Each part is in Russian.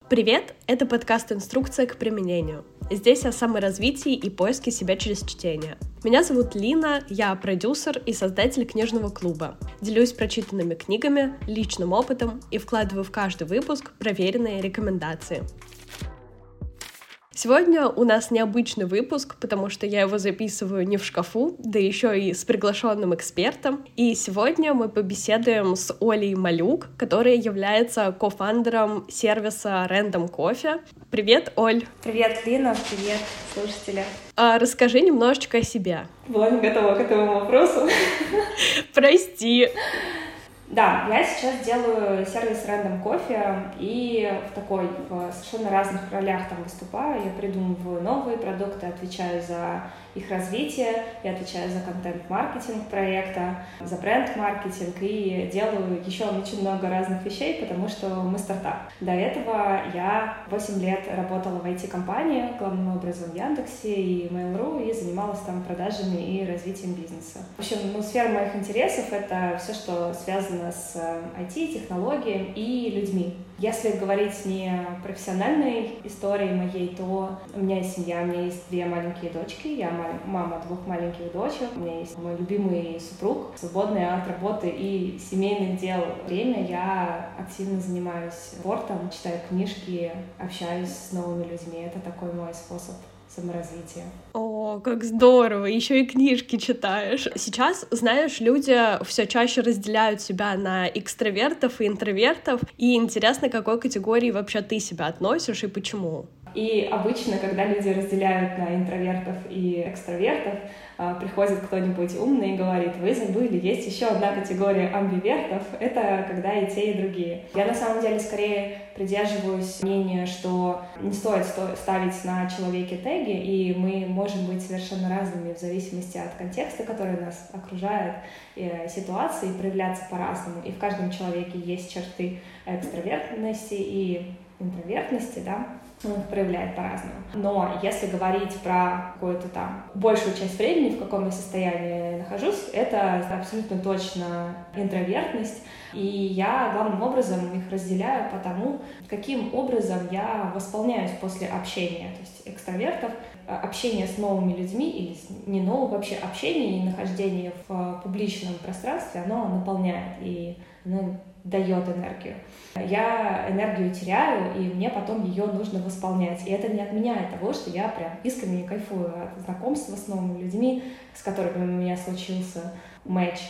Привет! Это подкаст «Инструкция к применению». Здесь о саморазвитии и поиске себя через чтение. Меня зовут Лина, я продюсер и создатель книжного клуба. Делюсь прочитанными книгами, личным опытом и вкладываю в каждый выпуск проверенные рекомендации. Сегодня у нас необычный выпуск, потому что я его записываю не в шкафу, да еще и с приглашенным экспертом. И сегодня мы побеседуем с Олей Малюк, которая является кофаундером сервиса Random Coffee. Привет, Оль! Привет, Лина! Привет, слушатели! Расскажи немножечко о себе. Была не готова к этому вопросу. Прости! Да, я сейчас делаю сервис Random Coffee и в совершенно разных ролях там выступаю. Я придумываю новые продукты, отвечаю за их развитие, я отвечаю за контент-маркетинг проекта, за бренд-маркетинг и делаю еще очень много разных вещей, потому что мы стартап. До этого я 8 лет работала в IT-компании, главным образом в Яндексе и Mail.ru, и занималась там продажами и развитием бизнеса. В общем, сфера моих интересов — это все, что связано с IT, технологиями и людьми. Если говорить не о профессиональной истории моей, то у меня есть семья, у меня есть 2 маленькие дочки, я мама 2 маленьких дочек, у меня есть мой любимый супруг. Свободное от работы и семейных дел время я активно занимаюсь спортом, читаю книжки, общаюсь с новыми людьми. Это такой мой способ саморазвития. О, как здорово! Еще и книжки читаешь. Сейчас, знаешь, люди все чаще разделяют себя на экстравертов и интровертов. И интересно, к какой категории вообще ты себя относишь и почему? И обычно, когда люди разделяют на интровертов и экстравертов, приходит кто-нибудь умный и говорит: вы забыли, есть еще одна категория амбивертов, это когда и те, и другие. Я на самом деле скорее придерживаюсь мнения, что не стоит ставить на человеке теги, и мы можем быть совершенно разными в зависимости от контекста, который нас окружает, и ситуации, и проявляться по-разному. И в каждом человеке есть черты экстравертности и интровертности, да, он их проявляет по-разному. Но если говорить про какую-то там большую часть времени, в каком я состоянии нахожусь, это абсолютно точно интровертность. И я главным образом их разделяю по тому, каким образом я восполняюсь после общения. То есть экстравертов общение с новыми людьми или не новым, вообще общение и нахождение в публичном пространстве, оно наполняет и оно дает энергию. Я энергию теряю, и мне потом ее нужно восполнять. И это не отменяет того, что я прям искренне кайфую от знакомства с новыми людьми, с которыми у меня случился матч.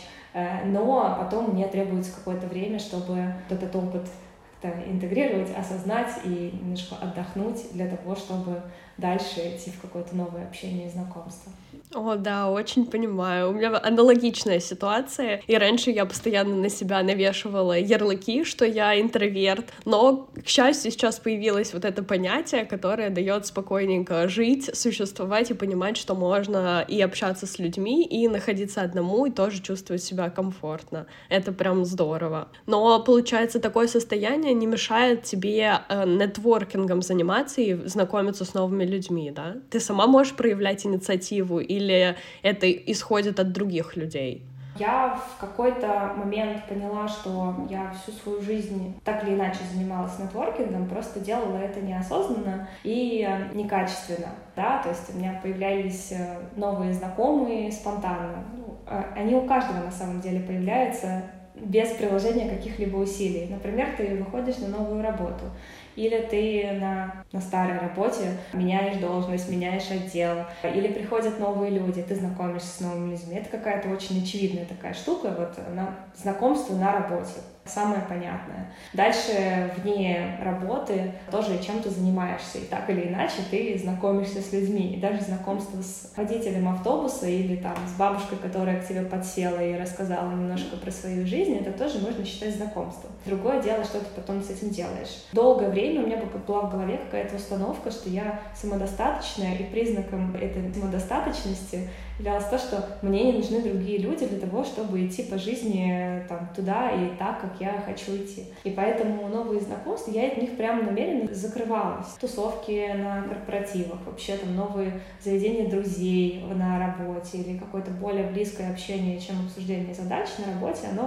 Но потом мне требуется какое-то время, чтобы этот опыт интегрировать, осознать и немножко отдохнуть для того, чтобы дальше идти в какое-то новое общение и знакомство. О, да, очень понимаю. У меня аналогичная ситуация. И раньше я постоянно на себя навешивала ярлыки, что я интроверт. Но, к счастью, сейчас появилось вот это понятие, которое дает спокойненько жить, существовать и понимать, что можно и общаться с людьми, и находиться одному, и тоже чувствовать себя комфортно. Это прям здорово. Но, получается, такое состояние не мешает тебе нетворкингом заниматься и знакомиться с новыми людьми, да? Ты сама можешь проявлять инициативу или это исходит от других людей? Я в какой-то момент поняла, что я всю свою жизнь так или иначе занималась нетворкингом, просто делала это неосознанно и некачественно, да, то есть у меня появлялись новые знакомые спонтанно. Они у каждого на самом деле появляются без приложения каких-либо усилий. Например, ты выходишь на новую работу, или ты на старой работе меняешь должность, меняешь отдел, или приходят новые люди, ты знакомишься с новыми людьми. Это какая-то очень очевидная такая штука, знакомство на работе. Самое понятное. Дальше вне работы тоже чем-то занимаешься, и так или иначе ты знакомишься с людьми. И даже знакомство с водителем автобуса или там с бабушкой, которая к тебе подсела и рассказала немножко про свою жизнь, это тоже можно считать знакомством. Другое дело, что ты потом с этим делаешь. Долгое время у меня была в голове какая-то установка, что я самодостаточная, и признаком этой самодостаточности являлось то, что мне не нужны другие люди для того, чтобы идти по жизни туда и так, как я хочу идти. И поэтому новые знакомства, я от них прям намеренно закрывалась. Тусовки на корпоративах, вообще новые заведения друзей на работе или какое-то более близкое общение, чем обсуждение задач на работе, оно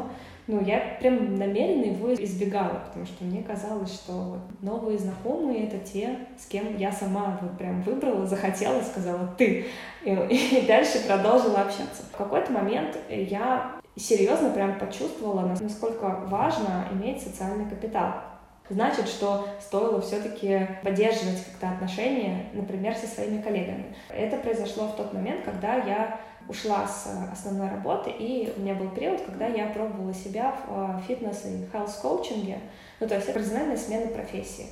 Я прям намеренно его избегала, потому что мне казалось, что вот новые знакомые — это те, с кем я сама вот прям выбрала, захотела, сказала «ты», и дальше продолжила общаться. В какой-то момент я серьезно прям почувствовала, насколько важно иметь социальный капитал. Значит, что стоило все-таки поддерживать как-то отношения, например, со своими коллегами. Это произошло в тот момент, когда я ушла с основной работы, и у меня был период, когда я пробовала себя в фитнес- и health-коучинге, то есть это кардинальная смена профессии.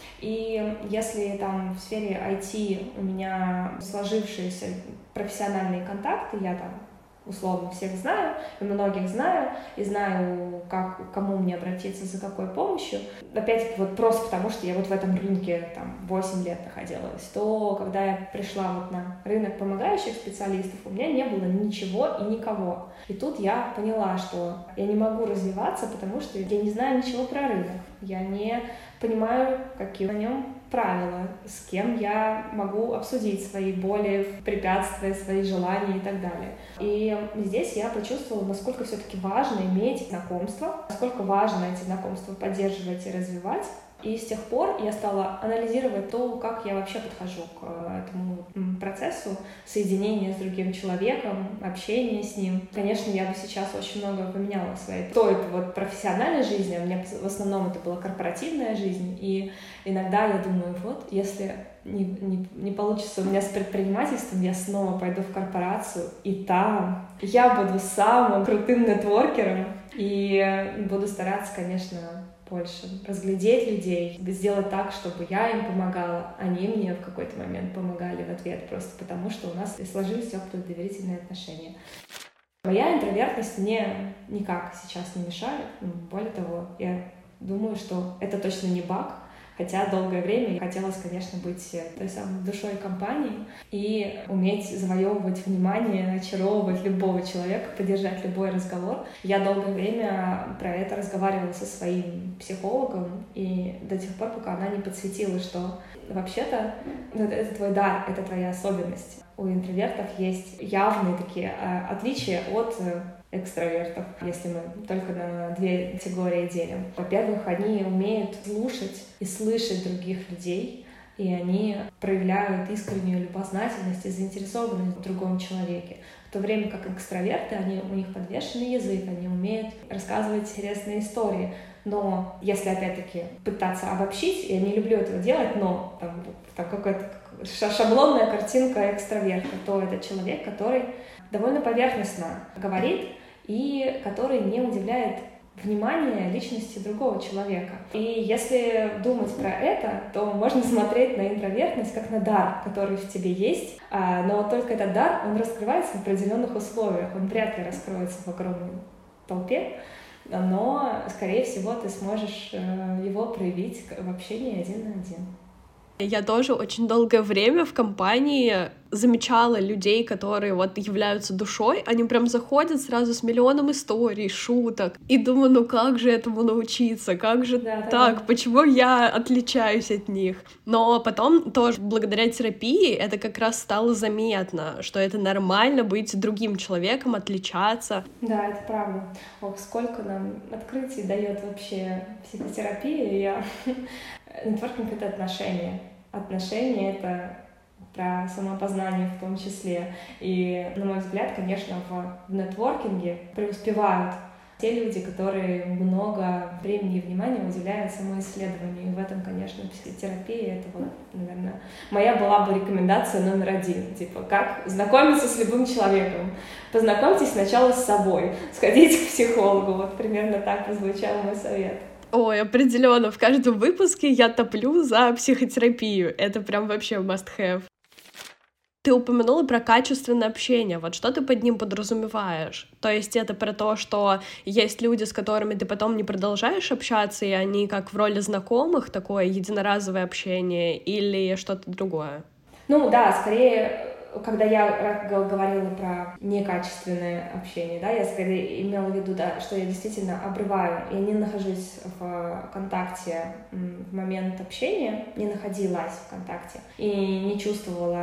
И если там в сфере IT у меня сложившиеся профессиональные контакты, я там условно всех знаю, и многих знаю, и знаю, к кому мне обратиться, за какой помощью. Опять-таки, вот просто потому, что я вот в этом рынке там 8 лет находилась, то когда я пришла вот на рынок помогающих специалистов, у меня не было ничего и никого. И тут я поняла, что я не могу развиваться, потому что я не знаю ничего про рынок. Я не понимаю, какие на нем правила, с кем я могу обсудить свои боли, препятствия, свои желания и так далее. И здесь я почувствовала, насколько все-таки важно иметь знакомства, насколько важно эти знакомства поддерживать и развивать. И с тех пор я стала анализировать то, как я вообще подхожу к этому процессу соединения с другим человеком, общения с ним. Конечно, я бы сейчас очень много поменяла в своей вот профессиональной жизни, а у меня в основном это была корпоративная жизнь, и иногда я думаю, вот, если не получится у меня с предпринимательством, я снова пойду в корпорацию, и там я буду самым крутым нетворкером, и буду стараться, конечно, больше разглядеть людей, сделать так, чтобы я им помогала, они мне в какой-то момент помогали в ответ, просто потому что у нас сложились теплые доверительные отношения. Моя интровертность мне никак сейчас не мешает. Более того, я думаю, что это точно не баг, хотя долгое время хотелось, конечно, быть той самой душой компании и уметь завоевывать внимание, очаровывать любого человека, поддержать любой разговор. Я долгое время про это разговаривала со своим психологом, и до тех пор, пока она не подсветила, что вообще-то это твой дар, это твоя особенность. У интровертов есть явные такие отличия от экстравертов, если мы только на две категории делим. Во-первых, они умеют слушать и слышать других людей, и они проявляют искреннюю любознательность и заинтересованность в другом человеке. В то время как экстраверты, у них подвешенный язык, они умеют рассказывать интересные истории. Но если, опять-таки, пытаться обобщить, я не люблю этого делать, но там какая-то шаблонная картинка экстраверта, то это человек, который довольно поверхностно говорит и который не уделяет внимания личности другого человека. И если думать про это, то можно смотреть на интровертность как на дар, который в тебе есть, но только этот дар, он раскрывается в определенных условиях, он вряд ли раскроется в огромной толпе, но, скорее всего, ты сможешь его проявить в общении один на один. Я тоже очень долгое время в компании замечала людей, которые вот являются душой, они прям заходят сразу с миллионом историй, шуток, и думаю, как же этому научиться, как же так, почему я отличаюсь от них? Но потом тоже благодаря терапии это как раз стало заметно, что это нормально быть другим человеком, отличаться. Да, это правда. Ох, сколько нам открытий дает вообще психотерапия. Нетворкинг — это отношения. Отношения — это про самопознание в том числе. И, на мой взгляд, конечно, в нетворкинге преуспевают те люди, которые много времени и внимания уделяют самоисследованию. И в этом, конечно, психотерапия — это, наверное, моя была бы рекомендация номер 1. Как знакомиться с любым человеком. Познакомьтесь сначала с собой. Сходите к психологу. Примерно так прозвучал мой совет. Ой, определенно, в каждом выпуске я топлю за психотерапию. Это прям вообще must have. Ты упомянула про качественное общение. Вот что ты под ним подразумеваешь? То есть это про то, что есть люди, с которыми ты потом не продолжаешь общаться, и они как в роли знакомых, такое единоразовое общение, или что-то другое? Да, скорее, когда я говорила про некачественное общение, да, я скорее имела в виду, да, что я действительно обрываю, я не нахожусь в контакте в момент общения, не находилась в контакте и не чувствовала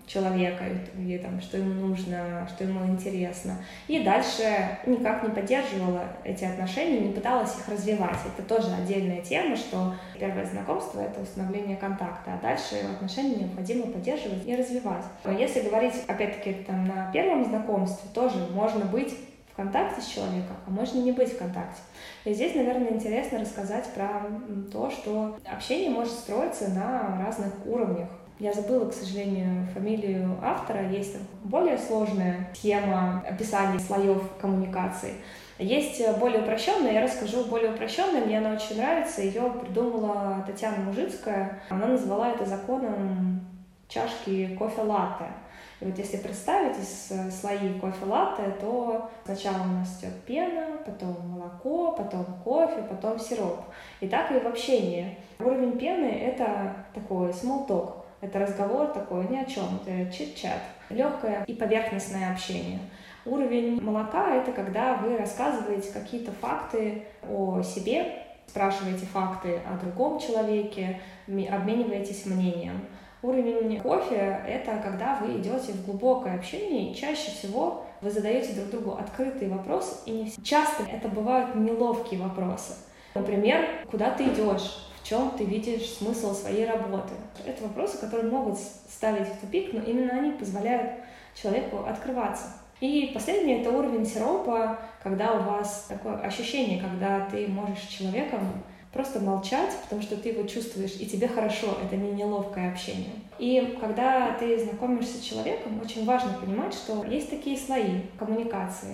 человека, и там, что ему нужно, что ему интересно. И дальше никак не поддерживала эти отношения, не пыталась их развивать. Это тоже отдельная тема, что первое знакомство — это установление контакта, а дальше отношения необходимо поддерживать и развивать. Если говорить, опять-таки, там, на первом знакомстве, тоже можно быть в контакте с человеком, а можно не быть в контакте. И здесь, наверное, интересно рассказать про то, что общение может строиться на разных уровнях. Я забыла, к сожалению, фамилию автора. Есть там более сложная схема описания слоев коммуникации. Есть более упрощенная, я расскажу более упрощенную, мне она очень нравится. Ее придумала Татьяна Мужицкая. Она назвала это законом чашки кофе-латте. И вот если представить из слои кофе-латте, то сначала у нас идет пена, потом молоко, потом кофе, потом сироп. И так и в общении. Уровень пены — это такой small talk. Это разговор такой ни о чем, это чит-чат, легкое и поверхностное общение. Уровень молока — это когда вы рассказываете какие-то факты о себе, спрашиваете факты о другом человеке, обмениваетесь мнением. Уровень кофе — это когда вы идете в глубокое общение, и чаще всего вы задаете друг другу открытые вопросы, и не часто это бывают неловкие вопросы. Например, куда ты идешь? В чем ты видишь смысл своей работы? Это вопросы, которые могут ставить в тупик, но именно они позволяют человеку открываться. И последний — это уровень сиропа, когда у вас такое ощущение, когда ты можешь с человеком просто молчать, потому что ты его чувствуешь, и тебе хорошо, это не неловкое общение. И когда ты знакомишься с человеком, очень важно понимать, что есть такие слои коммуникации.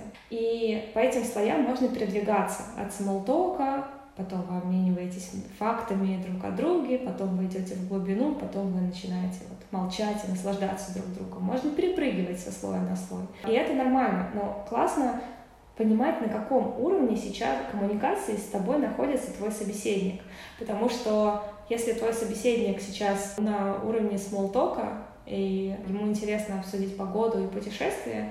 И по этим слоям можно передвигаться от смолтока, потом вы обмениваетесь фактами друг о друге, потом вы идете в глубину, потом вы начинаете молчать и наслаждаться друг другом. Можно перепрыгивать со слоя на слой. И это нормально, но классно понимать, на каком уровне сейчас коммуникации с тобой находится твой собеседник. Потому что если твой собеседник сейчас на уровне смолтока, и ему интересно обсудить погоду и путешествия,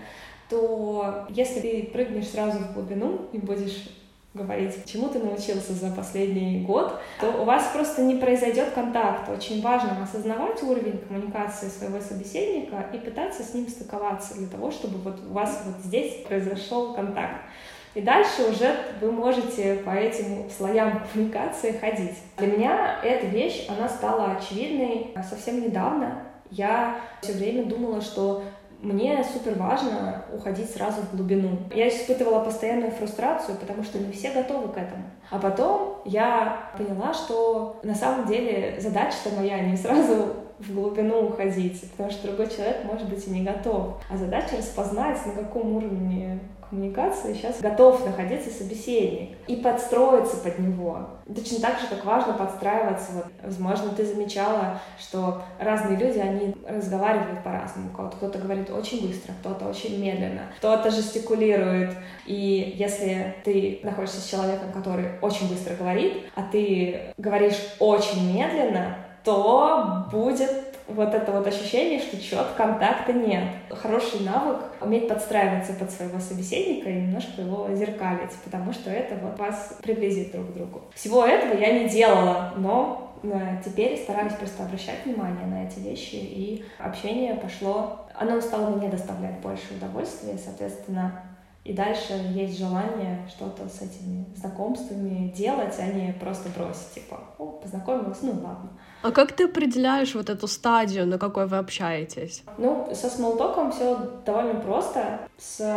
то если ты прыгнешь сразу в глубину и будешь говорить, чему ты научился за последний год, то у вас просто не произойдет контакт. Очень важно осознавать уровень коммуникации своего собеседника и пытаться с ним стыковаться для того, чтобы вот у вас вот здесь произошел контакт. И дальше уже вы можете по этим слоям коммуникации ходить. Для меня эта вещь, она стала очевидной совсем недавно. Я все время думала, что мне супер важно уходить сразу в глубину. Я испытывала постоянную фрустрацию, потому что не все готовы к этому. А потом я поняла, что на самом деле задача-то моя не сразу в глубину уходить, потому что другой человек, может быть, и не готов. А задача распознать, на каком уровне коммуникации сейчас готов находиться собеседник и подстроиться под него. Точно так же, как важно подстраиваться. Вот, возможно, ты замечала, что разные люди, они разговаривают по-разному. Кто-то говорит очень быстро, кто-то очень медленно, кто-то жестикулирует. И если ты находишься с человеком, который очень быстро говорит, а ты говоришь очень медленно, то будет вот это вот ощущение, что чего-то контакта нет. Хороший навык — уметь подстраиваться под своего собеседника и немножко его зеркалить, потому что это вот вас приблизит друг к другу. Всего этого я не делала, но теперь стараюсь просто обращать внимание на эти вещи, и общение пошло, оно стало мне доставлять больше удовольствия, соответственно, и дальше есть желание что-то с этими знакомствами делать, а не просто бросить, типа, познакомилась, ну ладно. А как ты определяешь вот эту стадию, на какой вы общаетесь? Ну, со смолтоком все довольно просто. С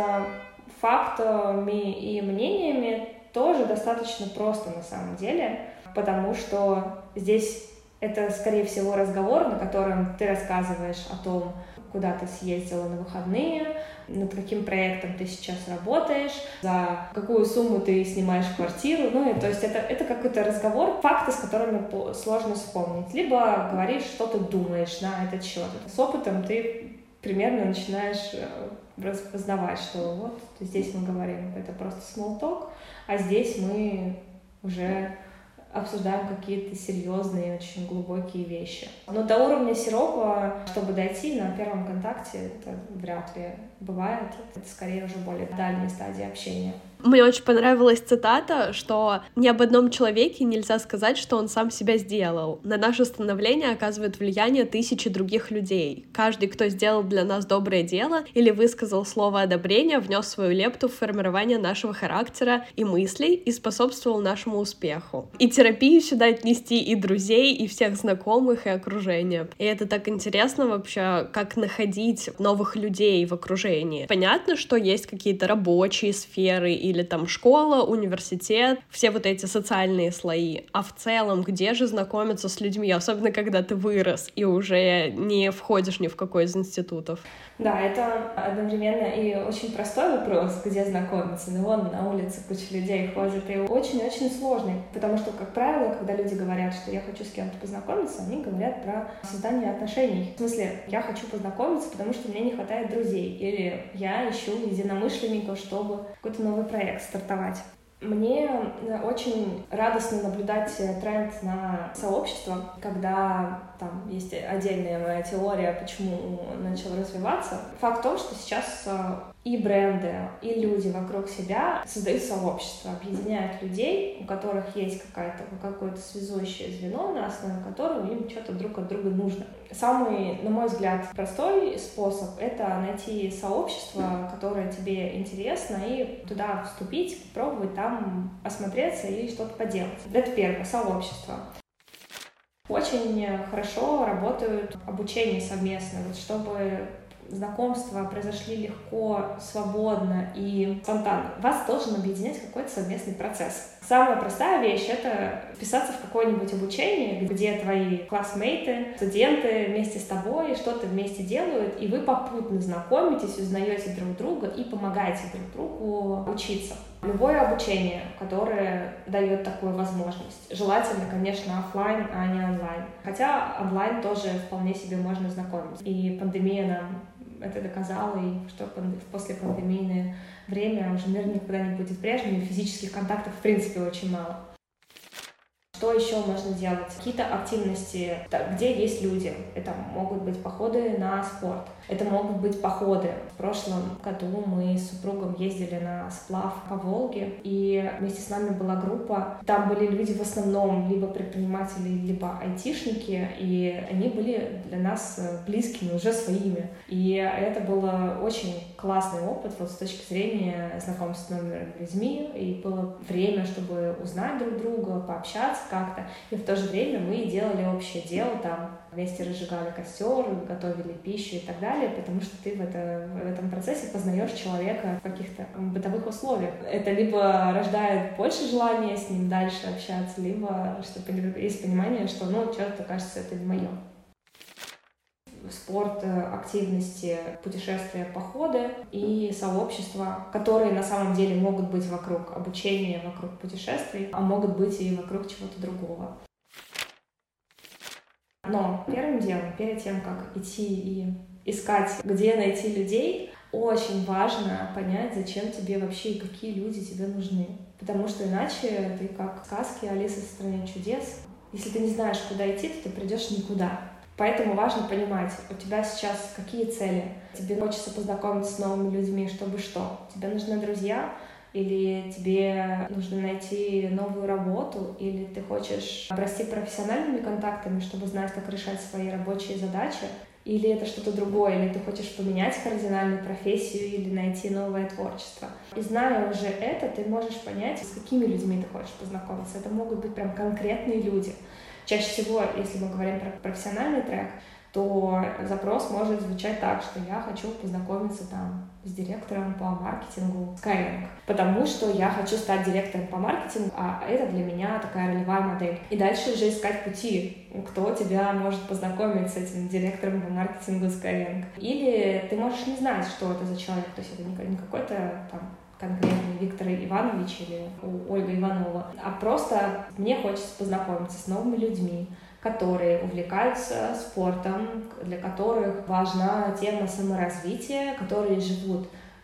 фактами и мнениями тоже достаточно просто на самом деле, потому что здесь это, скорее всего, разговор, на котором ты рассказываешь о том, куда ты съездила на выходные, над каким проектом ты сейчас работаешь, за какую сумму ты снимаешь квартиру. Ну, и, то есть это какой-то разговор, факты, с которыми сложно вспомнить. Либо говоришь, что ты думаешь на этот счет. С опытом ты примерно начинаешь распознавать, что вот здесь мы говорим, это просто small talk, а здесь мы уже обсуждаем какие-то серьезные, очень глубокие вещи. Но до уровня сиропа, чтобы дойти на первом контакте, это вряд ли бывает. Это скорее уже более дальние стадии общения. Мне очень понравилась цитата, что ни об одном человеке нельзя сказать, что он сам себя сделал. На наше становление оказывает влияние тысячи других людей. Каждый, кто сделал для нас доброе дело или высказал слово одобрения, внес свою лепту в формирование нашего характера и мыслей и способствовал нашему успеху. И терапию сюда отнести и друзей, и всех знакомых, и окружения. И это так интересно вообще, как находить новых людей в окружении. Понятно, что есть какие-то рабочие сферы или там школа, университет, все вот эти социальные слои. А в целом, где же знакомиться с людьми, особенно когда ты вырос и уже не входишь ни в какой из институтов? Да, это одновременно и очень простой вопрос, где знакомиться. Ну, вон на улице куча людей ходит, и очень-очень сложный. Потому что, как правило, когда люди говорят, что я хочу с кем-то познакомиться, они говорят про создание отношений. В смысле, я хочу познакомиться, потому что мне не хватает друзей. Или я ищу единомышленников, чтобы какой-то новый проект стартовать. Мне очень радостно наблюдать тренд на сообщество, когда там есть отдельная моя теория, почему начал развиваться. Факт в том, что сейчас и бренды, и люди вокруг себя создают сообщество, объединяют людей, у которых есть какое-то связующее звено, на основе которого им что-то друг от друга нужно. Самый, на мой взгляд, простой способ — это найти сообщество, которое тебе интересно, и туда вступить, попробовать там осмотреться и что-то поделать. Это первое — сообщество. Очень хорошо работают обучения совместно, вот чтобы знакомства произошли легко, свободно и спонтанно. Вас должен объединять какой-то совместный процесс. Самая простая вещь — это вписаться в какое-нибудь обучение, где твои классмейты, студенты вместе с тобой что-то вместе делают, и вы попутно знакомитесь, узнаете друг друга и помогаете друг другу учиться. Любое обучение, которое дает такую возможность. Желательно, конечно, офлайн, а не онлайн. Хотя онлайн тоже вполне себе можно знакомиться. И пандемия нам это доказала, и что в послепандемийное время уже мир никогда не будет прежним, и физических контактов в принципе очень мало. Что еще можно делать? Какие-то активности, где есть люди. Это могут быть походы на спорт. Это могут быть походы. В прошлом году мы с супругом ездили на сплав по Волге, и вместе с нами была группа. Там были люди в основном либо предприниматели, либо айтишники, и они были для нас близкими, уже своими. И это был очень классный опыт вот, с точки зрения знакомства с новыми людьми, и было время, чтобы узнать друг друга, пообщаться как-то. И в то же время мы делали общее дело, там вместе разжигали костер, готовили пищу и так далее, потому что ты в этом процессе познаешь человека в каких-то бытовых условиях. Это либо рождает больше желания с ним дальше общаться, либо что есть понимание, что, что-то кажется, это не мое. Спорт, активности, путешествия, походы и сообщества, которые на самом деле могут быть вокруг обучения, вокруг путешествий, а могут быть и вокруг чего-то другого. Но первым делом, перед тем, как идти и искать, где найти людей, очень важно понять, зачем тебе вообще и какие люди тебе нужны. Потому что иначе ты как в сказке «Алиса в стране чудес». Если ты не знаешь, куда идти, то ты придешь никуда. Поэтому важно понимать, у тебя сейчас какие цели. Тебе хочется познакомиться с новыми людьми, чтобы что? Тебе нужны друзья? Или тебе нужно найти новую работу? Или ты хочешь обрасти профессиональными контактами, чтобы знать, как решать свои рабочие задачи? Или это что-то другое? Или ты хочешь поменять кардинальную профессию или найти новое творчество? И зная уже это, ты можешь понять, с какими людьми ты хочешь познакомиться. Это могут быть прям конкретные люди. Чаще всего, если мы говорим про профессиональный трек, то запрос может звучать так, что я хочу познакомиться там с директором по маркетингу Skyeng, потому что я хочу стать директором по маркетингу, а это для меня такая ролевая модель. И дальше уже искать пути, кто тебя может познакомить с этим директором по маркетингу Skyeng. Или ты можешь не знать, что это за человек, то есть это не какой-то там конкретный Виктор Иванович или Ольга Иванова, а просто мне хочется познакомиться с новыми людьми, которые увлекаются спортом, для которых важна тема саморазвития, которые живут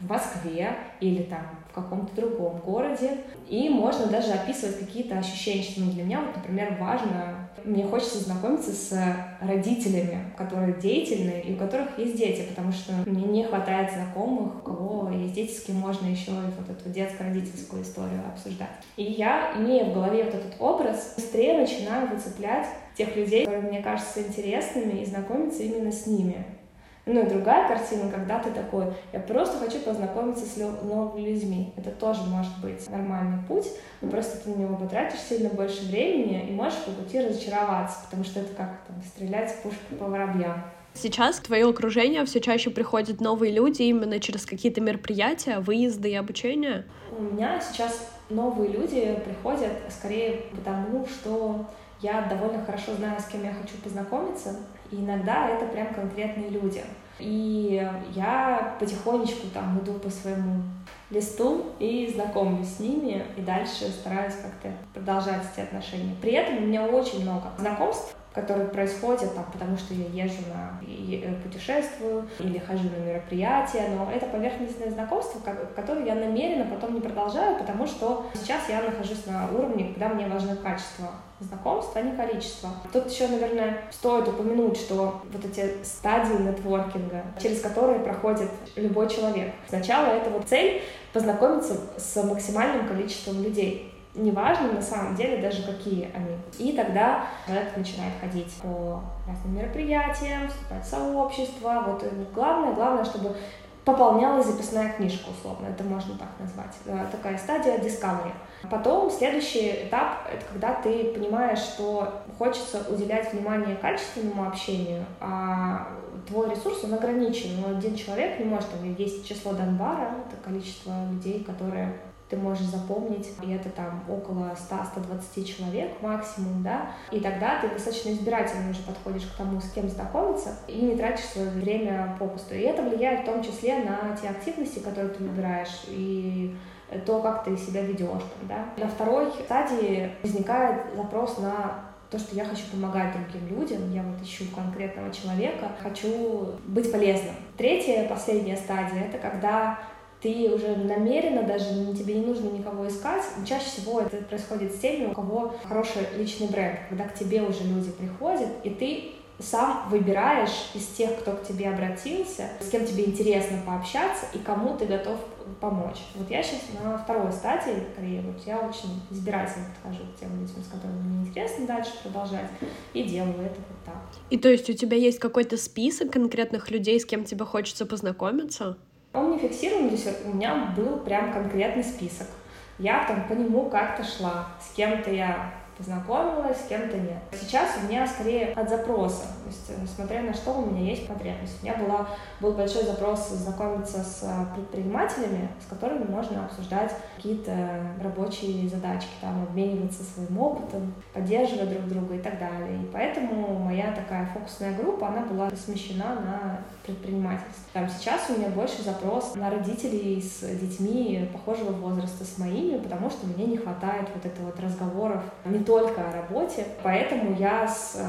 в Москве или там в каком-то другом городе. И можно даже описывать какие-то ощущения, что для меня, вот, например, важно, мне хочется знакомиться с родителями, которые деятельны и у которых есть дети, потому что мне не хватает знакомых, у кого есть дети, с кем можно еще и вот эту детско-родительскую историю обсуждать. И я, имея в голове вот этот образ, быстрее начинаю выцеплять тех людей, которые мне кажутся интересными, и знакомиться именно с ними. Ну и другая картина, когда ты такой, я просто хочу познакомиться с новыми людьми. Это тоже может быть нормальный путь, но просто ты на него потратишь сильно больше времени и можешь по пути разочароваться, потому что это как там стрелять с пушки по воробьям. Сейчас в твое окружение все чаще приходят новые люди именно через какие-то мероприятия, выезды и обучение? У меня сейчас новые люди приходят скорее потому, что я довольно хорошо знаю, с кем я хочу познакомиться, и иногда это прям конкретные люди. И я потихонечку там иду по своему листу и знакомлюсь с ними, и дальше стараюсь как-то продолжать эти отношения. При этом у меня очень много знакомств, которые происходят там, потому что я езжу путешествую или хожу на мероприятия, но это поверхностное знакомство, которое я намеренно потом не продолжаю, потому что сейчас я нахожусь на уровне, когда мне важно качество знакомств, а не количество. Тут еще, наверное, стоит упомянуть, что вот эти стадии нетворкинга, через которые проходит любой человек. Сначала это вот цель познакомиться с максимальным количеством людей. Неважно, на самом деле, даже какие они. И тогда человек начинает ходить по разным мероприятиям, вступать в сообщество. Вот главное, чтобы пополнялась записная книжка, условно, это можно так назвать. Такая стадия discovery. Потом следующий этап — это когда ты понимаешь, что хочется уделять внимание качественному общению, а твой ресурс, он ограничен. Но один человек не может, там есть число Данбара, это количество людей, которые ты можешь запомнить, и это там около 100-120 человек максимум, да, и тогда ты достаточно избирательно уже подходишь к тому, с кем знакомиться, и не тратишь свое время попусту. И это влияет в том числе на те активности, которые ты выбираешь, и то, как ты себя ведешь, да. На второй стадии возникает запрос на то, что я хочу помогать другим людям, я вот ищу конкретного человека, хочу быть полезным. Третья, последняя стадия — это когда ты уже намеренно, даже тебе не нужно никого искать. Чаще всего это происходит с теми, у кого хороший личный бренд, когда к тебе уже люди приходят, и ты сам выбираешь из тех, кто к тебе обратился, с кем тебе интересно пообщаться и кому ты готов помочь. Вот я сейчас на второй стадии, скорее, вот я очень избирательно подхожу к тем людям, с которыми мне интересно дальше продолжать, и делаю это вот так. И то есть у тебя есть какой-то список конкретных людей, с кем тебе хочется познакомиться? Он не фиксирован, то есть у меня был прям конкретный список. Я там по нему как-то шла. С кем-то я познакомилась, с кем-то нет. Сейчас у меня скорее от запроса. То есть, несмотря на что, у меня есть потребность. У меня был большой запрос знакомиться с предпринимателями, с которыми можно обсуждать какие-то рабочие задачки, там, обмениваться своим опытом, поддерживать друг друга и так далее. И поэтому моя такая фокусная группа, она была смещена на предпринимательство. Там сейчас у меня больше запрос на родителей с детьми похожего возраста с моими, потому что мне не хватает вот этого вот разговоров не только о работе, поэтому я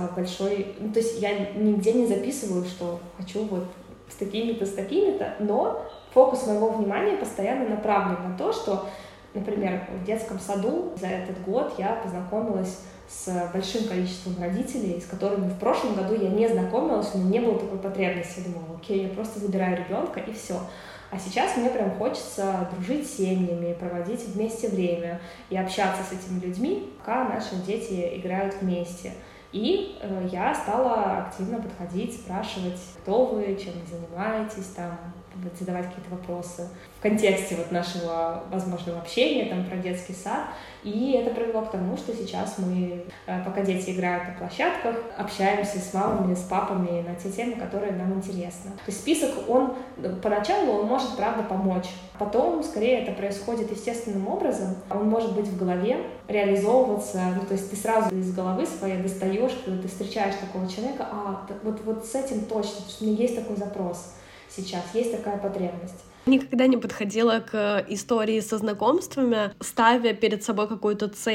то есть я нигде не записываю, что хочу вот с такими-то, но фокус моего внимания постоянно направлен на то, что, например, в детском саду за этот год я познакомилась с большим количеством родителей, с которыми в прошлом году я не знакомилась, у меня не было такой потребности. Я думала, окей, я просто забираю ребенка и все. А сейчас мне прям хочется дружить с семьями, проводить вместе время и общаться с этими людьми, пока наши дети играют вместе. И я стала активно подходить, спрашивать, кто вы, чем вы занимаетесь, там, задавать какие-то вопросы в контексте вот нашего возможного общения, там, про детский сад. И это привело к тому, что сейчас мы, пока дети играют на площадках, общаемся с мамами, с папами на те темы, которые нам интересны. То есть список, поначалу он может, правда, помочь. Потом, скорее, это происходит естественным образом. Он может быть в голове, реализовываться. То есть ты сразу из головы своей достаешь, когда ты встречаешь такого человека, вот с этим точно, потому что у меня есть такой запрос сейчас, есть такая потребность. Никогда не подходила к истории со знакомствами, ставя перед собой какую-то цель.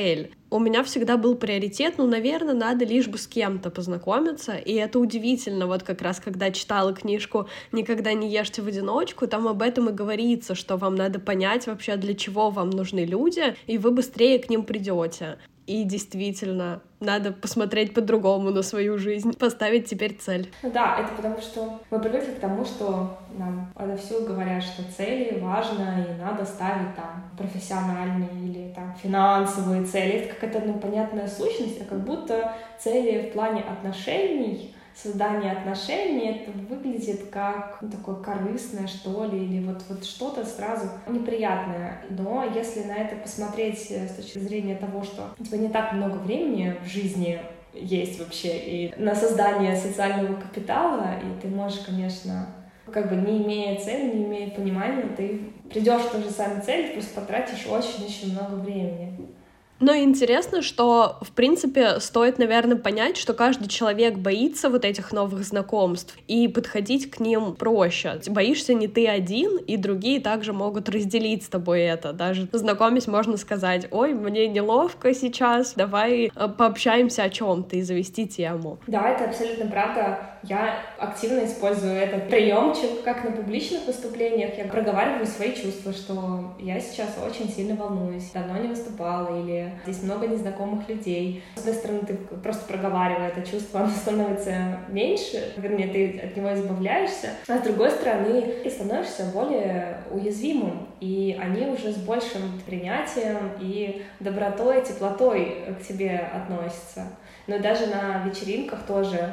У меня всегда был приоритет, наверное, надо лишь бы с кем-то познакомиться, и это удивительно, вот как раз, когда читала книжку «Никогда не ешьте в одиночку», там об этом и говорится, что вам надо понять вообще, для чего вам нужны люди, и вы быстрее к ним придете. И действительно, надо посмотреть по-другому на свою жизнь, поставить теперь цель. Да, это потому что мы привыкли к тому, что нам отовсюду говорят, что цели важно и надо ставить там профессиональные или там финансовые цели. Это какая-то понятная сущность, а как будто цели в плане отношений, создание отношений, это выглядит как такое корыстное, что ли, или вот что-то сразу неприятное. Но если на это посмотреть с точки зрения того, что у тебя не так много времени в жизни есть вообще, и на создание социального капитала, и ты можешь, конечно, не имея цели, не имея понимания, ты придешь к той же самой цели, просто потратишь очень-очень много времени. Но интересно, что, в принципе, стоит, наверное, понять, что каждый человек боится вот этих новых знакомств, и подходить к ним проще. Боишься не ты один, и другие также могут разделить с тобой это. Даже знакомясь, можно сказать: ой, мне неловко сейчас, давай пообщаемся о чем-то и завести тему. Да, это абсолютно правда. Я активно использую этот приемчик, как на публичных выступлениях. Я проговариваю свои чувства, что я сейчас очень сильно волнуюсь, давно не выступала, или здесь много незнакомых людей. С одной стороны, ты просто проговаривая это чувство, оно становится меньше, вернее, ты от него избавляешься, а с другой стороны, ты становишься более уязвимым, и они уже с большим принятием и добротой, теплотой к тебе относятся. Но даже на вечеринках тоже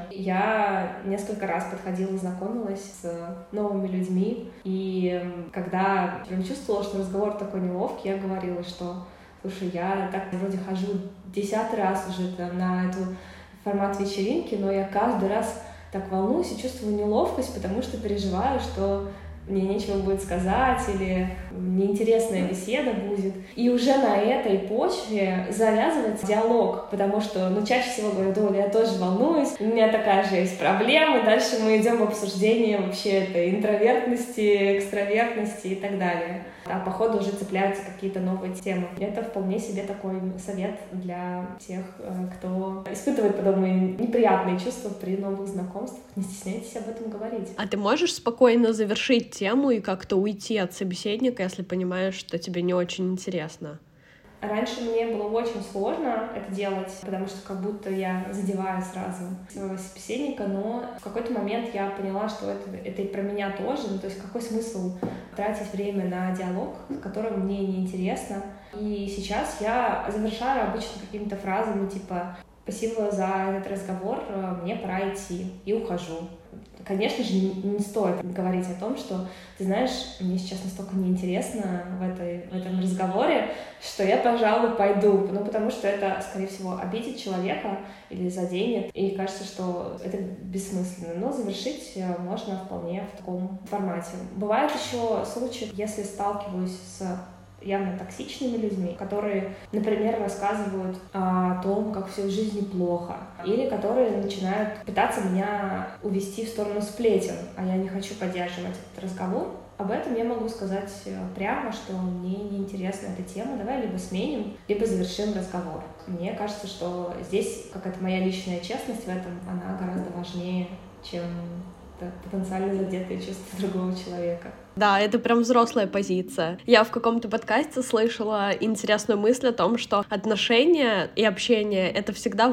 я несколько раз подходила, знакомилась с новыми людьми, и когда прям чувствовала, что разговор такой неловкий, я говорила, что слушай, я так вроде хожу 10-й раз уже на эту формат вечеринки, но я каждый раз так волнуюсь и чувствую неловкость, потому что переживаю, что мне нечего будет сказать или неинтересная беседа будет. И уже на этой почве завязывается диалог, потому что, чаще всего говорю: Оля, я тоже волнуюсь, у меня такая же есть проблема, дальше мы идем в обсуждение вообще этой интровертности, экстравертности и так далее. А по ходу уже цепляются какие-то новые темы. Это вполне себе такой совет для тех, кто испытывает подобные неприятные чувства при новых знакомствах. Не стесняйтесь об этом говорить. А ты можешь спокойно завершить тему и как-то уйти от собеседника, если понимаешь, что тебе не очень интересно? Раньше мне было очень сложно это делать, потому что как будто я задеваю сразу своего собеседника, но в какой-то момент я поняла, что это и про меня тоже. То есть какой смысл тратить время на диалог, который мне неинтересно. И сейчас я завершаю обычно какими-то фразами типа: спасибо за этот разговор, мне пора идти, и ухожу. Конечно же, не стоит говорить о том, что, ты знаешь, мне сейчас настолько неинтересно в этом разговоре, что я, пожалуй, пойду. Потому что это, скорее всего, обидит человека или заденет, и кажется, что это бессмысленно. Но завершить можно вполне в таком формате. Бывают еще случаи, если сталкиваюсь с явно токсичными людьми, которые, например, рассказывают о том, как все в жизни плохо, или которые начинают пытаться меня увести в сторону сплетен, а я не хочу поддерживать этот разговор. Об этом я могу сказать прямо, что мне неинтересна эта тема, давай либо сменим, либо завершим разговор. Мне кажется, что здесь какая-то моя личная честность в этом, она гораздо важнее, чем потенциально задетые чувства другого человека. Да, это прям взрослая позиция. Я в каком-то подкасте слышала интересную мысль о том, что отношения и общение — это всегда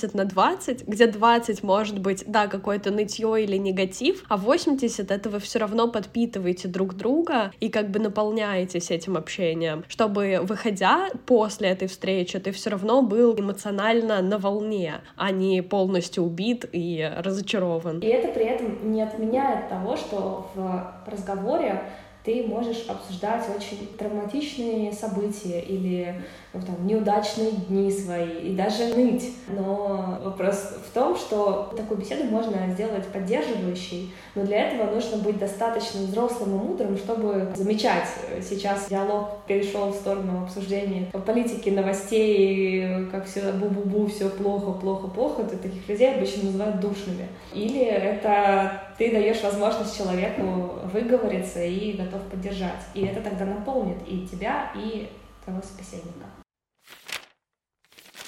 80/20, где 20 может быть, да, какое-то нытье или негатив, а 80 — это вы все равно подпитываете друг друга и как бы наполняетесь этим общением, чтобы, выходя после этой встречи, ты все равно был эмоционально на волне, а не полностью убит и разочарован. И это при этом не отменяет того, что в разговоре ты можешь обсуждать очень травматичные события или неудачные дни свои, и даже ныть. Но вопрос в том, что такую беседу можно сделать поддерживающей, но для этого нужно быть достаточно взрослым и мудрым, чтобы замечать. Сейчас диалог перешел в сторону обсуждения политики, новостей, как все бу-бу-бу, все плохо, плохо, плохо. То таких людей обычно называют душными. Или это ты даешь возможность человеку выговориться и готов поддержать. И это тогда наполнит и тебя, и твоего собеседника.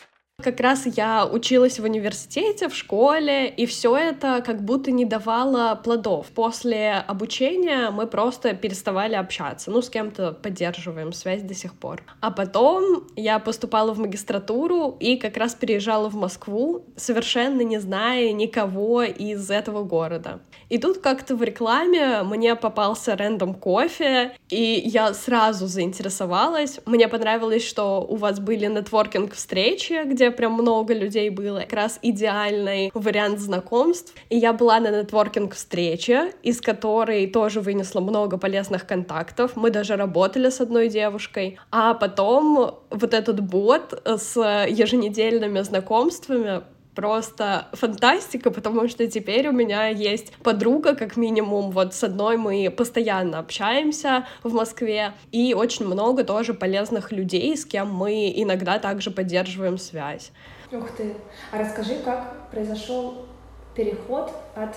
Как раз я училась в университете, в школе, и все это как будто не давало плодов. После обучения мы просто переставали общаться. С кем-то поддерживаем связь до сих пор. А потом я поступала в магистратуру и как раз переезжала в Москву, совершенно не зная никого из этого города. И тут как-то в рекламе мне попался Random Coffee, и я сразу заинтересовалась. Мне понравилось, что у вас были нетворкинг-встречи, где прям много людей было. Как раз идеальный вариант знакомств. И я была на нетворкинг-встрече, из которой тоже вынесла много полезных контактов. Мы даже работали с одной девушкой. А потом вот этот бот с еженедельными знакомствами просто фантастика, потому что теперь у меня есть подруга, как минимум, вот с одной мы постоянно общаемся в Москве, и очень много тоже полезных людей, с кем мы иногда также поддерживаем связь. Ух ты! А расскажи, как произошел переход от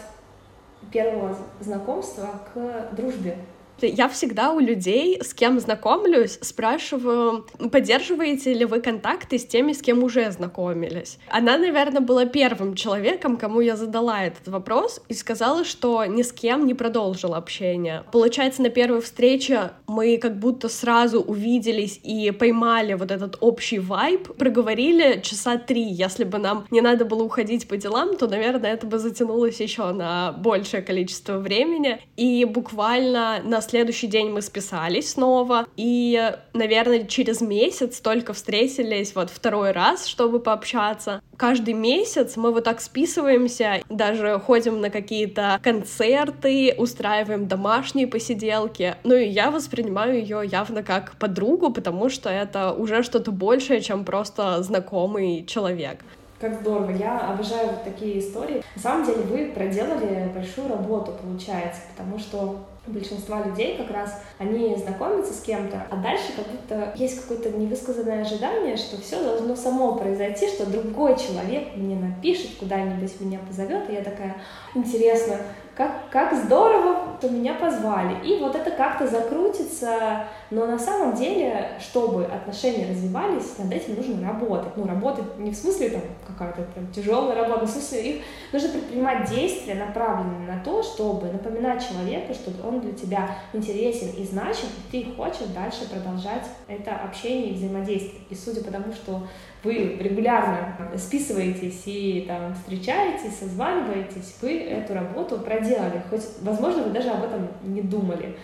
первого знакомства к дружбе? Я всегда у людей, с кем знакомлюсь, спрашиваю, поддерживаете ли вы контакты с теми, с кем уже знакомились. Она, наверное, была первым человеком, кому я задала этот вопрос, и сказала, что ни с кем не продолжила общение. Получается, на первой встрече мы как будто сразу увиделись и поймали вот этот общий вайб, проговорили часа 3. Если бы нам не надо было уходить по делам, то, наверное, это бы затянулось еще на большее количество времени. И буквально на следующий день мы списались снова, и, наверное, через месяц только встретились вот второй раз, чтобы пообщаться. Каждый месяц мы вот так списываемся, даже ходим на какие-то концерты, устраиваем домашние посиделки. И я воспринимаю ее явно как подругу, потому что это уже что-то большее, чем просто знакомый человек. Как здорово, я обожаю вот такие истории. На самом деле вы проделали большую работу, получается, потому что у большинства людей как раз они знакомятся с кем-то, а дальше как будто есть какое-то невысказанное ожидание, что все должно само произойти, что другой человек мне напишет, куда-нибудь меня позовет, и я такая, интересно, как здорово, что меня позвали. И вот это как-то закрутится, но на самом деле, чтобы отношения развивались, над этим нужно работать. Работать не в смысле там какая-то прям тяжелая работа, но в смысле их нужно предпринимать действия, направленные на то, чтобы напоминать человеку, что он для тебя интересен и значим, и ты хочешь дальше продолжать это общение и взаимодействие. И судя по тому, что вы регулярно списываетесь и там встречаетесь, созваниваетесь, вы эту работу проделали. Хоть, возможно, вы даже об этом не думали.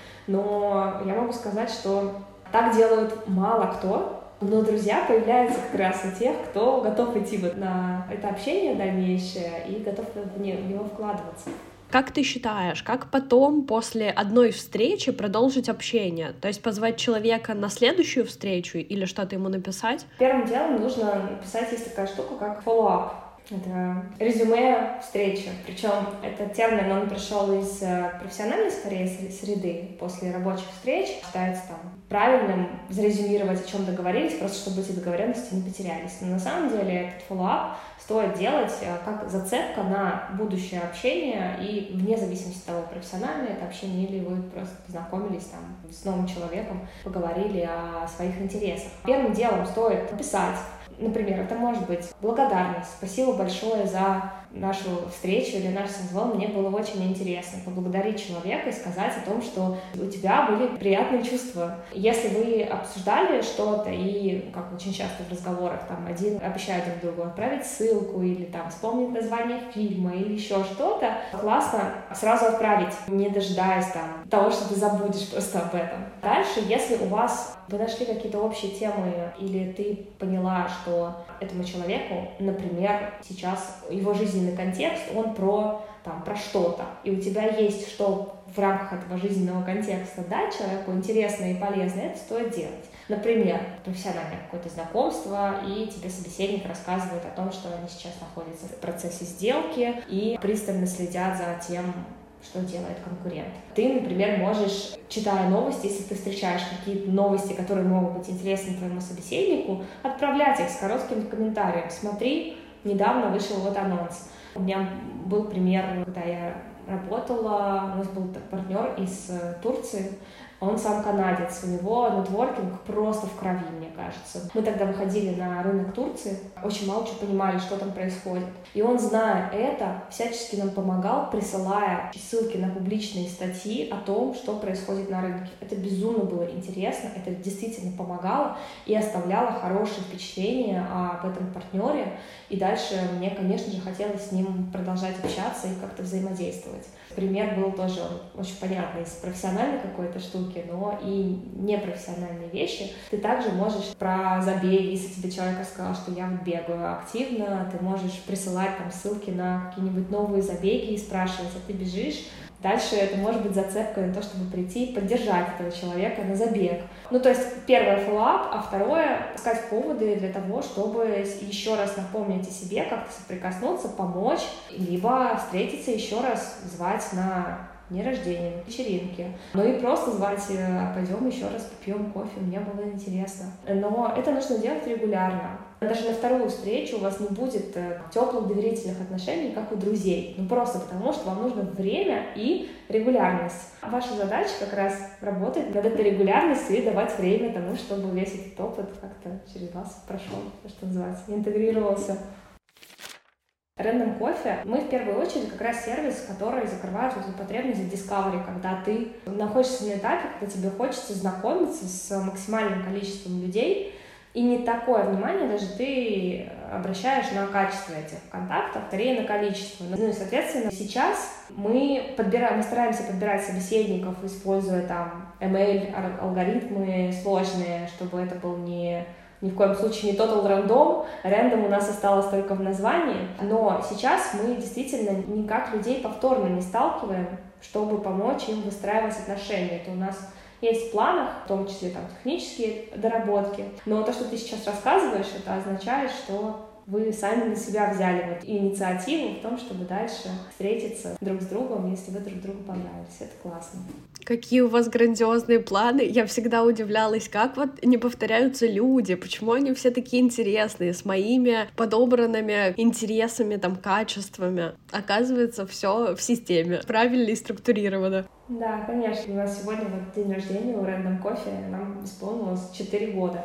Но я могу сказать, что так делают мало кто, но друзья появляются как раз у тех, кто готов идти вот на это общение дальнейшее и готов в него вкладываться. Как ты считаешь, как потом, после одной встречи, продолжить общение? То есть позвать человека на следующую встречу или что-то ему написать? Первым делом нужно написать, есть такая штука, как follow-up. Это резюме встречи. Причем этот термин, он пришел из профессиональной, скорее, среды. После рабочих встреч считается там правильным зарезюмировать, о чем договорились, просто чтобы эти договоренности не потерялись. Но на самом деле этот follow-up стоит делать как зацепка на будущее общение, и вне зависимости от того, профессиональное это общение или вы просто познакомились там с новым человеком, поговорили о своих интересах. Первым делом стоит написать. Например, это может быть благодарность. Спасибо большое за нашу встречу или наш созвон. Мне было очень интересно поблагодарить человека и сказать о том, что у тебя были приятные чувства. Если вы обсуждали что-то и, как очень часто в разговорах, там один обещает друг другу отправить ссылку или там вспомнить название фильма или еще что-то, классно сразу отправить, не дожидаясь там того, что ты забудешь просто об этом. Дальше, если у вас вы нашли какие-то общие темы или ты поняла, что этому человеку, например, сейчас его жизненный контекст, он про что-то, и у тебя есть что в рамках этого жизненного контекста дать человеку интересное и полезное, это стоит делать. Например, профессиональное какое-то знакомство, и тебе собеседник рассказывает о том, что они сейчас находятся в процессе сделки и пристально следят за тем, что делает конкурент. Ты, например, можешь, читая новости, если ты встречаешь какие-то новости, которые могут быть интересны твоему собеседнику, отправлять их с коротким комментарием. Смотри, недавно вышел вот анонс. У меня был пример, когда я работала, у нас был партнер из Турции, он сам канадец, у него нетворкинг просто в крови, мне кажется. Мы тогда выходили на рынок Турции, очень мало чего понимали, что там происходит. И он, зная это, всячески нам помогал, присылая ссылки на публичные статьи о том, что происходит на рынке. Это безумно было интересно, это действительно помогало и оставляло хорошее впечатление об этом партнере. И дальше мне, конечно же, хотелось с ним продолжать общаться и как-то взаимодействовать. Пример был тоже очень понятный из профессиональной какой-то штуки, но и непрофессиональные вещи. Ты также можешь про забеги, если тебе человек сказал, что я вот бегаю активно, ты можешь присылать там ссылки на какие-нибудь новые забеги и спрашивать, а ты бежишь? Дальше это может быть зацепка на то, чтобы прийти и поддержать этого человека на забег. Ну, то есть, первое — фоллоуап, а второе — искать поводы для того, чтобы еще раз напомнить о себе, как-то соприкоснуться, помочь, либо встретиться еще раз, звать на дни рождения, на вечеринки. Ну и просто звать, пойдем еще раз попьем кофе, мне было интересно. Но это нужно делать регулярно. Даже на вторую встречу у вас не будет теплых доверительных отношений, как у друзей. Ну просто потому, что вам нужно время и регулярность. Ваша задача как раз работать над этой регулярностью и давать время тому, чтобы весь этот опыт как-то через вас прошел, что называется, интегрировался. Random Coffee мы в первую очередь как раз сервис, который закрывает эту потребность в discovery, когда ты находишься на этапе, когда тебе хочется знакомиться с максимальным количеством людей, и не такое внимание даже ты обращаешь на качество этих контактов, скорее на количество. Ну и, соответственно, сейчас мы стараемся подбирать собеседников, используя там ML-алгоритмы сложные, чтобы это был ни в коем случае не total random, random у нас осталось только в названии, но сейчас мы действительно никак людей повторно не сталкиваем, чтобы помочь им выстраивать отношения. Это у нас есть в планах, в том числе там технические доработки, но то, что ты сейчас рассказываешь, это означает, что вы сами на себя взяли вот инициативу в том, чтобы дальше встретиться друг с другом, если вы друг другу понравились. Это классно. Какие у вас грандиозные планы. Я всегда удивлялась, как вот не повторяются люди, почему они все такие интересные, с моими подобранными интересами, там, качествами. Оказывается, все в системе, правильно и структурировано. Да, конечно. У нас сегодня вот день рождения у Random Coffee, нам исполнилось 4 года.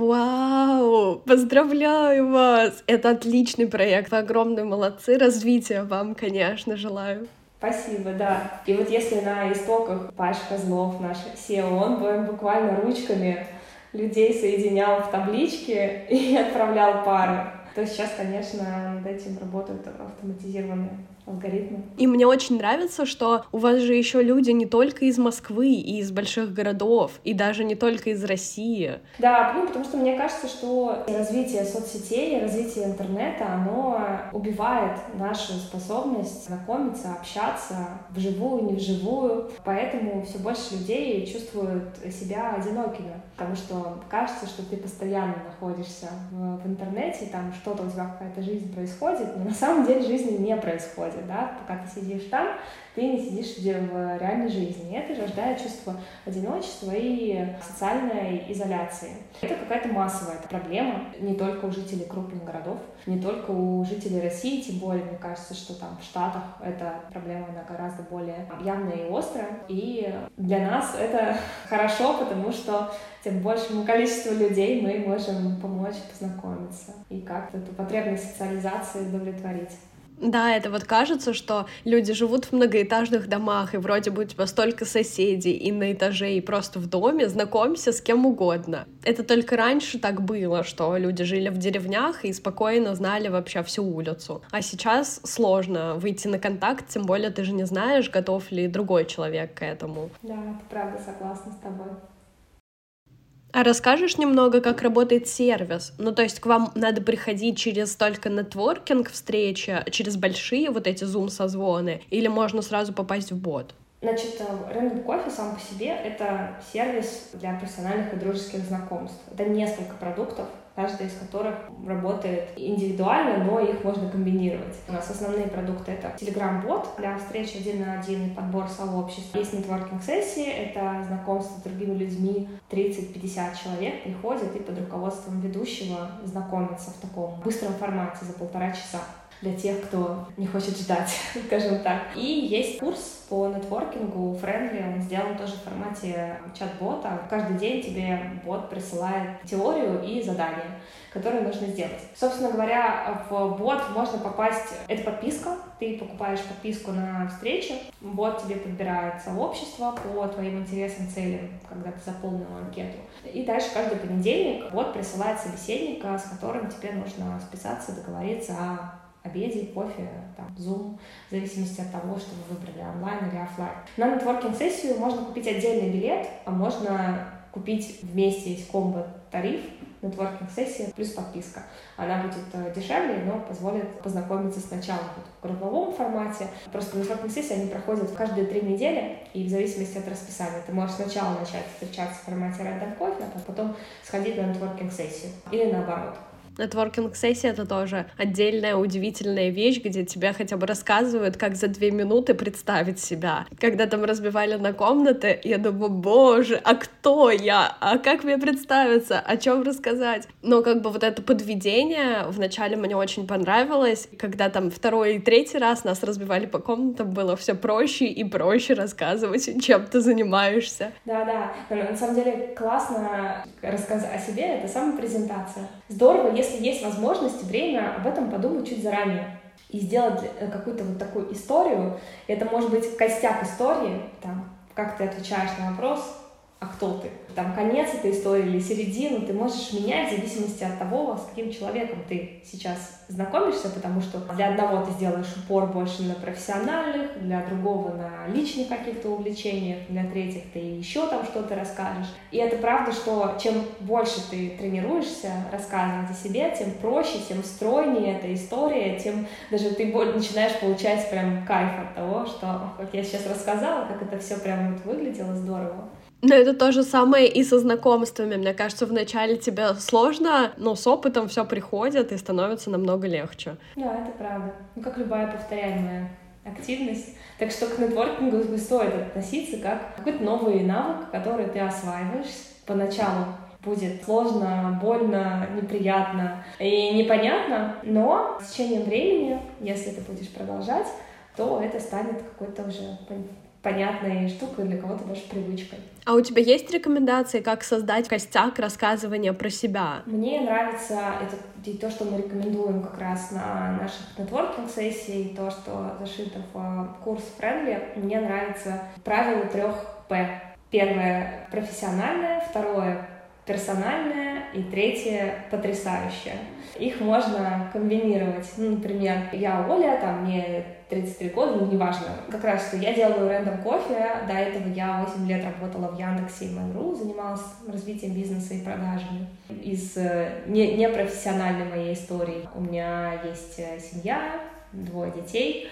Вау! Поздравляю вас! Это отличный проект, вы огромные молодцы, развития вам, конечно, желаю. Спасибо, да. И вот если на истоках Паша Козлов, наш SEO, он бы буквально ручками людей соединял в табличке и отправлял пары, то сейчас, конечно, над этим работают автоматизированные алгоритмы. И мне очень нравится, что у вас же еще люди не только из Москвы и из больших городов, и даже не только из России. Да, потому что мне кажется, что развитие соцсетей, развитие интернета, оно убивает нашу способность знакомиться, общаться вживую, не вживую. Поэтому все больше людей чувствуют себя одинокими, потому что кажется, что ты постоянно находишься в интернете, там что-то у тебя какая-то жизнь происходит, но на самом деле жизни не происходит. Да? Пока ты сидишь там, ты не сидишь в реальной жизни. И это рождает чувство одиночества и социальной изоляции. Это какая-то массовая проблема не только у жителей крупных городов, не только у жителей России, тем более, мне кажется, что там в Штатах эта проблема, она гораздо более явная и острая. И для нас это хорошо, потому что тем большему количеству людей мы можем помочь познакомиться и как-то эту потребность социализации удовлетворить. Да, это вот кажется, что люди живут в многоэтажных домах, и вроде бы у тебя столько соседей и на этаже, и просто в доме, знакомься с кем угодно. Это только раньше так было, что люди жили в деревнях и спокойно знали вообще всю улицу. А сейчас сложно выйти на контакт, тем более ты же не знаешь, готов ли другой человек к этому. Да, это правда, согласна с тобой. А расскажешь немного, как работает сервис? Ну, то есть к вам надо приходить через только нетворкинг, встречи, через большие вот эти зум-созвоны, или можно сразу попасть в бот? Значит, Random Coffee сам по себе — это сервис для профессиональных и дружеских знакомств. Это несколько продуктов, каждый из которых работает индивидуально, но их можно комбинировать. У нас основные продукты — это Telegram-бот для встреч 1 на 1 и подбор сообществ. Есть нетворкинг-сессии, это знакомство с другими людьми, 30-50 человек приходят и под руководством ведущего знакомятся в таком быстром формате за 1,5 часа. для тех, кто не хочет ждать, скажем так. И есть курс по нетворкингу Friendly, он сделан тоже в формате чат-бота. Каждый день тебе бот присылает теорию и задания, которые нужно сделать. Собственно говоря, в бот можно попасть... Это подписка, ты покупаешь подписку на встречи, бот тебе подбирает сообщество по твоим интересам, целям, когда ты заполнил анкету. И дальше каждый понедельник бот присылает собеседника, с которым тебе нужно списаться, договориться о обеде, кофе, там, Zoom, в зависимости от того, что вы выбрали, онлайн или офлайн. На нетворкинг-сессию можно купить отдельный билет, а можно купить вместе, есть комбо-тариф, нетворкинг-сессия плюс подписка. Она будет дешевле, но позволит познакомиться сначала в групповом формате. Просто нетворкинг-сессии, они проходят каждые 3 недели, и в зависимости от расписания. Ты можешь сначала начать встречаться в формате random кофе, а потом сходить на нетворкинг-сессию. Или наоборот. Нетворкинг-сессия — это тоже отдельная удивительная вещь, где тебе хотя бы рассказывают, как за 2 минуты представить себя. Когда там разбивали на комнаты, я думаю, боже, а кто я? А как мне представиться? О чем рассказать? Но как бы вот это подведение вначале мне очень понравилось. Когда там 2-й и 3-й раз нас разбивали по комнатам, было все проще и проще рассказывать, чем ты занимаешься. Да. На самом деле классно рассказать о себе, это самопрезентация. Здорово, если есть возможность и время, об этом подумать чуть заранее и сделать какую-то вот такую историю. Это может быть костяк истории, там, как ты отвечаешь на вопрос, а кто ты? Там конец этой истории или середину ты можешь менять в зависимости от того, с каким человеком ты сейчас знакомишься, потому что для одного ты сделаешь упор больше на профессиональных, для другого на личных каких-то увлечениях, для третьих ты еще там что-то расскажешь. И это правда, что чем больше ты тренируешься рассказывать о себе, тем проще, тем стройнее эта история, тем даже ты начинаешь получать прям кайф от того, что, как я сейчас рассказала, как это все прям вот выглядело здорово. Но это то же самое и со знакомствами. Мне кажется, вначале тебе сложно, но с опытом все приходит и становится намного легче. Да, это правда. Как любая повторяемая активность. Так что к нетворкингу стоит относиться как какой-то новый навык, который ты осваиваешь. Поначалу будет сложно, больно, неприятно и непонятно, но с течением времени, если ты будешь продолжать, то это станет какой-то уже понятной штукой, для кого-то даже привычкой. А у тебя есть рекомендации, как создать костяк рассказывания про себя? Мне нравится это то, что мы рекомендуем как раз на наших нетворкинг-сессиях, то, что зашито в курс Friendly. Мне нравится правило 3 П. Первое — профессиональное, второе — персональное и третье — потрясающее. Их можно комбинировать. Например, я Оля, там мне 33 года, неважно. Как раз, что я делаю random кофе. До этого я 8 лет работала в Яндексе и Mail.ru, занималась развитием бизнеса и продажами. Из непрофессиональной моей истории у меня есть семья, 2 детей.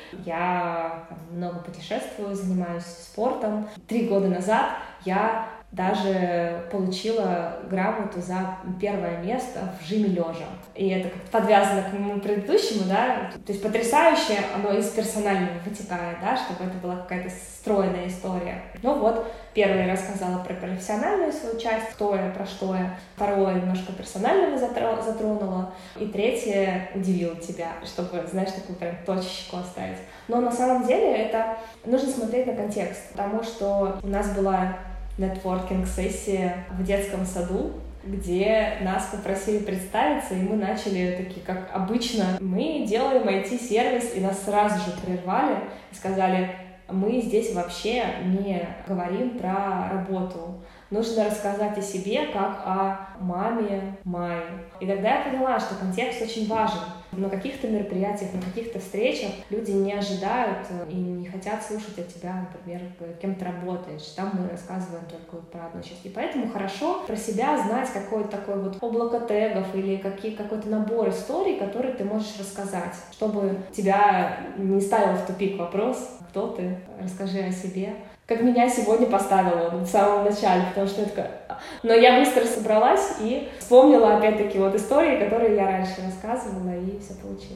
Я много путешествую, занимаюсь спортом. 3 года назад я даже получила грамоту за 1 место в жиме лежа. И это как подвязано к моему предыдущему, да, то есть потрясающее, оно из персонального вытекает, да, чтобы это была какая-то стройная история. Ну вот, первое я рассказала про профессиональную свою часть, кто я, про что я. Второе немножко персонального затронула. И третье удивило тебя, чтобы, знаешь, такую прям точечку оставить. Но на самом деле это нужно смотреть на контекст, потому что у нас была нетворкинг-сессия в детском саду, где нас попросили представиться, и мы начали такие, как обычно, мы делаем IT-сервис, и нас сразу же прервали и сказали, мы здесь вообще не говорим про работу. Нужно рассказать о себе, как о маме Майи. И тогда я поняла, что контекст очень важен. На каких-то мероприятиях, на каких-то встречах люди не ожидают и не хотят слушать от тебя, например, кем ты работаешь. Там мы рассказываем только про одну часть. И поэтому хорошо про себя знать какое-то такое вот облако тегов или какой-то набор историй, которые ты можешь рассказать, чтобы тебя не ставил в тупик вопрос, кто ты, расскажи о себе. Как меня сегодня поставило в самом начале, потому что я такая... Но я быстро собралась и вспомнила, опять-таки, вот истории, которые я раньше рассказывала, и все получилось.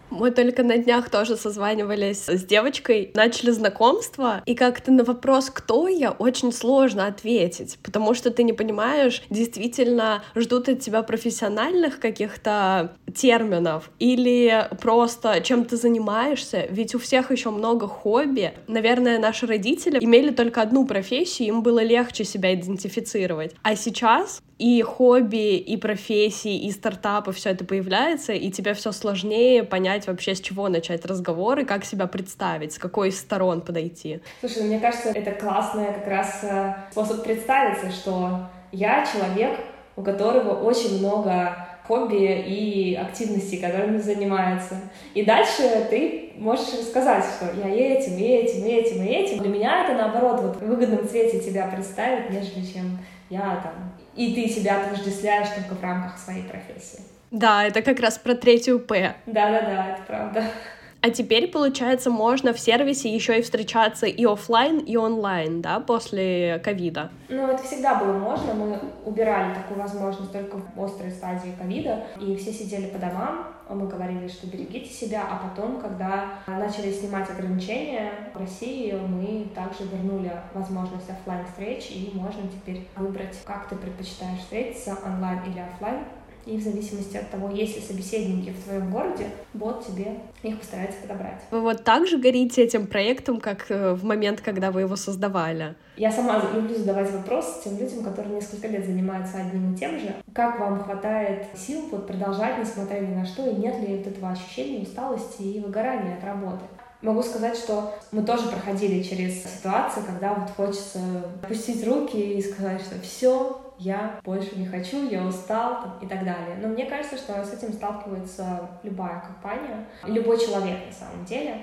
Мы только на днях тоже созванивались с девочкой, начали знакомство, и как-то на вопрос «кто я?» очень сложно ответить, потому что ты не понимаешь, действительно ждут от тебя профессиональных каких-то терминов или просто чем ты занимаешься, ведь у всех еще много хобби. Наверное, наши родители имели только одну профессию, им было легче себя идентифицировать. А сейчас и хобби, и профессии, и стартапы, все это появляется, и тебе все сложнее понять вообще, с чего начать разговор и как себя представить, с какой из сторон подойти. Слушай, мне кажется, это классный как раз способ представиться, что я человек, у которого очень много хобби и активностей, которыми занимается. И дальше ты можешь рассказать, что я этим, и этим, и этим, и этим. Для меня это, наоборот, вот в выгодном цвете тебя представить, нежели чем я там... И ты себя отождествляешь только в рамках своей профессии. Да, это как раз про 3 П. Да-да-да, это правда. А теперь, получается, можно в сервисе еще и встречаться и офлайн, и онлайн, да, после ковида? Ну, это всегда было можно. Мы убирали такую возможность только в острой стадии ковида, и все сидели по домам. Мы говорили, что берегите себя, а потом, когда начали снимать ограничения в России, мы также вернули возможность офлайн-встреч, и можно теперь выбрать, как ты предпочитаешь встретиться, онлайн или офлайн. И в зависимости от того, есть ли собеседники в твоем городе, бот тебе их постарается подобрать. Вы вот так же горите этим проектом, как в момент, когда вы его создавали? Я сама люблю задавать вопрос тем людям, которые несколько лет занимаются одним и тем же. Как вам хватает сил вот продолжать, несмотря ни на что, и нет ли вот этого ощущения усталости и выгорания от работы? Могу сказать, что мы тоже проходили через ситуации, когда вот хочется опустить руки и сказать, что все, я больше не хочу, я устал и так далее. Но мне кажется, что с этим сталкивается любая компания, любой человек на самом деле.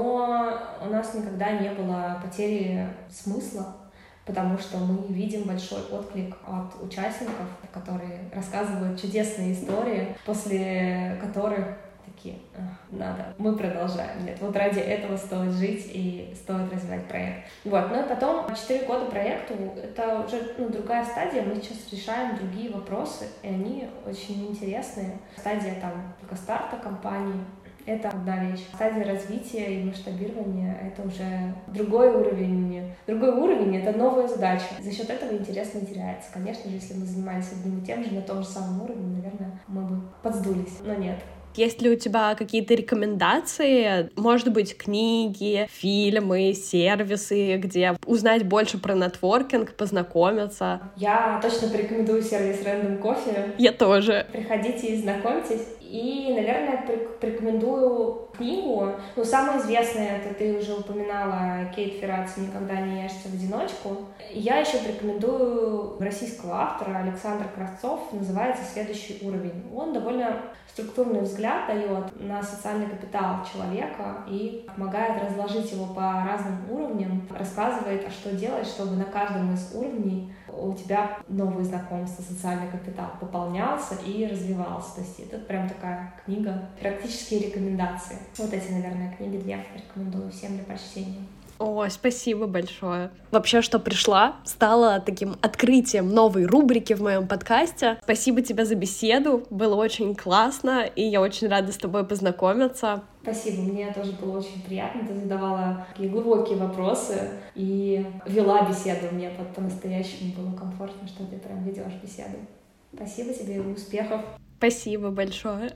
Но у нас никогда не было потери смысла, потому что мы видим большой отклик от участников, которые рассказывают чудесные истории, после которых такие, надо, мы продолжаем. Нет, вот ради этого стоит жить и стоит развивать проект. Вот, ну и потом 4 года проекту, это уже другая стадия, мы сейчас решаем другие вопросы, и они очень интересные. Стадия там только старта компании, это одна вещь. Стадия развития и масштабирования — это уже другой уровень. Другой уровень — это новая задача. За счет этого интересно теряется. Конечно же, если мы занимались одним и тем же, на том же самом уровне, наверное, мы бы подсдулись, но нет. Есть ли у тебя какие-то рекомендации, может быть, книги, фильмы, сервисы, где узнать больше про нетворкинг, познакомиться? Я точно порекомендую сервис Random Coffee. Я тоже. Приходите и знакомьтесь. И, наверное, порекомендую книгу. Ну, самая известная, это ты уже упоминала, Кейт Ферраци «Никогда не ешьте в одиночку». Я еще порекомендую российского автора Александр Кравцов, называется «Следующий уровень». Он довольно структурный взгляд дает на социальный капитал человека и помогает разложить его по разным уровням, рассказывает, а что делать, чтобы на каждом из уровней у тебя новые знакомства, социальный капитал пополнялся и развивался. То есть это прям такая книга, практические рекомендации. Вот эти, наверное, книги 2 рекомендую всем для прочтения. О, спасибо большое. Вообще, что пришла, стала таким открытием новой рубрики в моем подкасте. Спасибо тебе за беседу, было очень классно, и я очень рада с тобой познакомиться. Спасибо, мне тоже было очень приятно. Ты задавала такие глубокие вопросы и вела беседу. Мне по-настоящему было комфортно, что ты прям ведешь беседу. Спасибо тебе и успехов. Спасибо большое.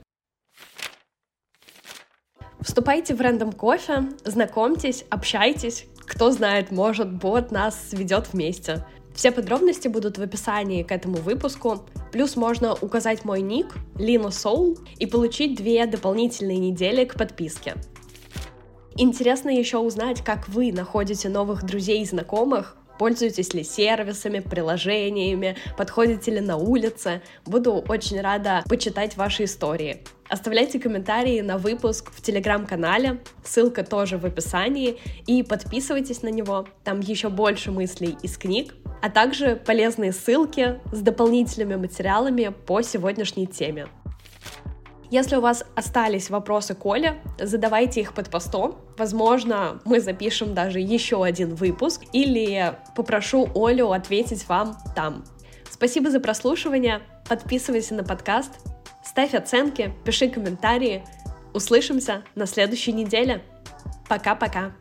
Вступайте в Random Coffee, знакомьтесь, общайтесь. Кто знает, может, бот нас сведет вместе. Все подробности будут в описании к этому выпуску. Плюс можно указать мой ник, Lino Soul, и получить 2 дополнительные недели к подписке. Интересно еще узнать, как вы находите новых друзей и знакомых, пользуетесь ли сервисами, приложениями, подходите ли на улице. Буду очень рада почитать ваши истории. Оставляйте комментарии на выпуск в Телеграм-канале, ссылка тоже в описании, и подписывайтесь на него, там еще больше мыслей из книг, а также полезные ссылки с дополнительными материалами по сегодняшней теме. Если у вас остались вопросы к Оле, задавайте их под постом. Возможно, мы запишем даже еще один выпуск или попрошу Олю ответить вам там. Спасибо за прослушивание, подписывайся на подкаст, ставь оценки, пиши комментарии. Услышимся на следующей неделе. Пока-пока.